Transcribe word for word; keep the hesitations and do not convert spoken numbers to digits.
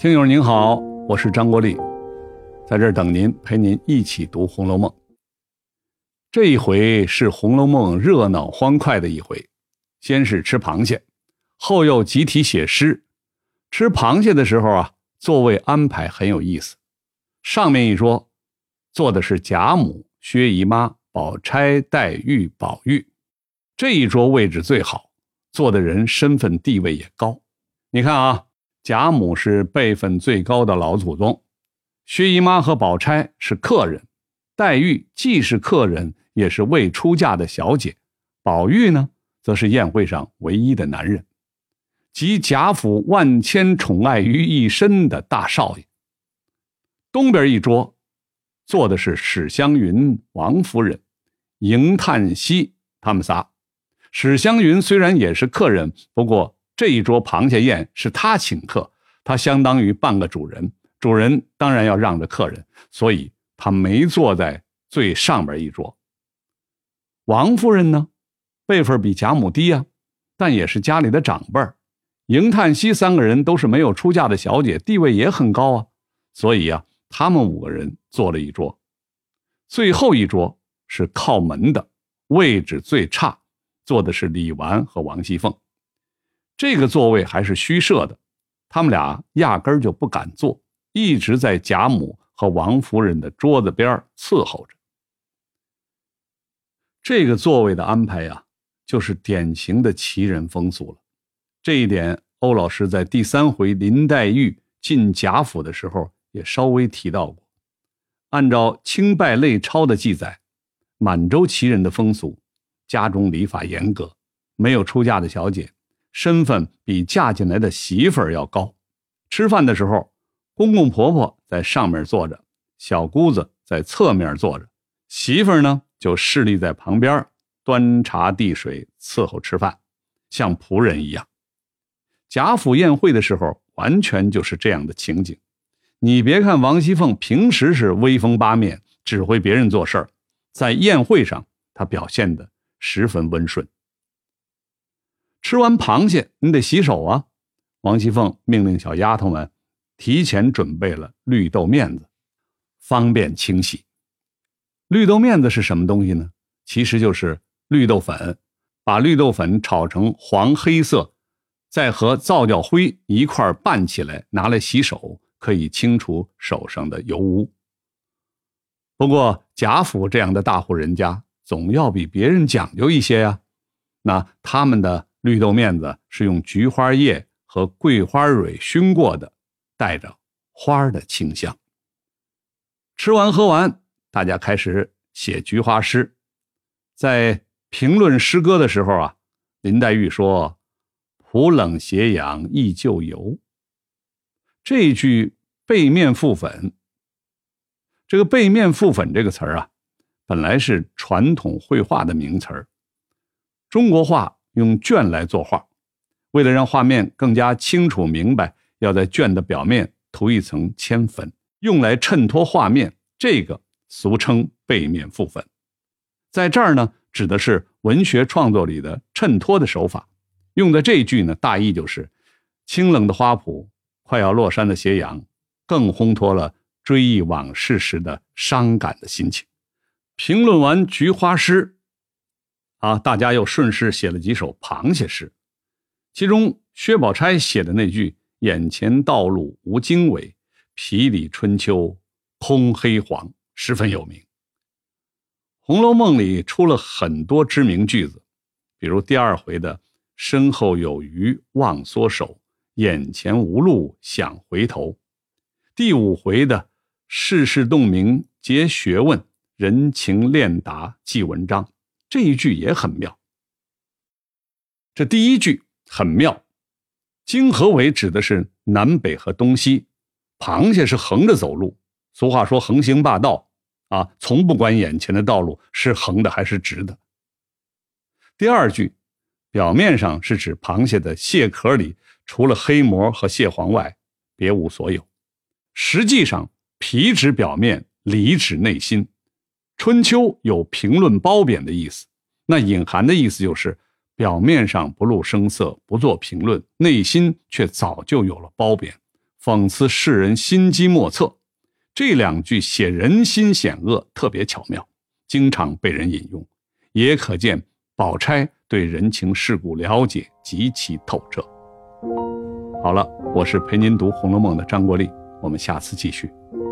听友您好，我是张国立，在这儿等您，陪您一起读《红楼梦》。这一回是《红楼梦》热闹欢快的一回，先是吃螃蟹，后又集体写诗。吃螃蟹的时候啊，座位安排很有意思。上面一桌坐的是贾母、薛姨妈、宝钗、黛玉、宝玉，这一桌位置最好，坐的人身份地位也高。你看啊，贾母是辈分最高的老祖宗，薛姨妈和宝钗是客人，黛玉既是客人也是未出嫁的小姐，宝玉呢则是宴会上唯一的男人，集贾府万千宠爱于一身的大少爷。东边一桌坐的是史湘云、王夫人、迎叹息他们仨。史湘云虽然也是客人，不过这一桌螃蟹宴是他请客，他相当于半个主人，主人当然要让着客人，所以他没坐在最上边一桌。王夫人呢，辈分比贾母低啊，但也是家里的长辈儿。迎叹息三个人都是没有出嫁的小姐，地位也很高啊，所以啊，他们五个人坐了一桌。最后一桌是靠门的，位置最差，坐的是李纨和王熙凤。这个座位还是虚设的，他们俩压根儿就不敢坐，一直在贾母和王夫人的桌子边伺候着。这个座位的安排呀、啊，就是典型的旗人风俗了。这一点欧老师在第三回林黛玉进贾府的时候也稍微提到过。按照清拜类钞的记载，满洲旗人的风俗，家中礼法严格，没有出嫁的小姐身份比嫁进来的媳妇儿要高。吃饭的时候，公公婆婆在上面坐着，小姑子在侧面坐着，媳妇儿呢就侍立在旁边，端茶递水伺候吃饭，像仆人一样。贾府宴会的时候完全就是这样的情景。你别看王熙凤平时是威风八面，指挥别人做事儿，在宴会上她表现得十分温顺。吃完螃蟹你得洗手啊，王熙凤命令小丫头们提前准备了绿豆面子，方便清洗。绿豆面子是什么东西呢？其实就是绿豆粉，把绿豆粉炒成黄黑色，再和皂角灰一块拌起来，拿来洗手，可以清除手上的油污。不过贾府这样的大户人家总要比别人讲究一些呀、啊，那他们的绿豆面子是用菊花叶和桂花蕊熏过的，带着花的清香。吃完喝完，大家开始写菊花诗。在评论诗歌的时候啊，林黛玉说普冷斜阳忆旧游。这一句背面覆粉，这个背面覆粉这个词儿啊，本来是传统绘画的名词儿。中国画用卷来作画，为了让画面更加清楚明白，要在卷的表面涂一层铅粉，用来衬托画面，这个俗称背面覆粉。在这儿呢，指的是文学创作里的衬托的手法。用的这句呢，大意就是清冷的花圃，快要落山的斜阳，更烘托了追忆往事时的伤感的心情。评论完菊花诗啊，大家又顺势写了几首螃蟹诗。其中薛宝钗写的那句眼前道路无经纬，皮里春秋空黑黄十分有名。红楼梦里出了很多知名句子，比如第二回的身后有余忘缩手，眼前无路想回头，第五回的世事洞明结学问，人情练达记文章，这一句也很妙。这第一句很妙，经和纬指的是南北和东西，螃蟹是横着走路，俗话说横行霸道啊，从不管眼前的道路是横的还是直的。第二句表面上是指螃蟹的蟹壳里除了黑膜和蟹黄外别无所有，实际上皮指表面，里指内心。春秋有评论褒贬的意思，那隐含的意思就是表面上不露声色，不做评论，内心却早就有了褒贬， 讽刺世人心机莫测。这两句写人心险恶特别巧妙，经常被人引用，也可见宝钗对人情世故了解极其透彻。好了，我是陪您读《红楼梦》的张国立，我们下次继续。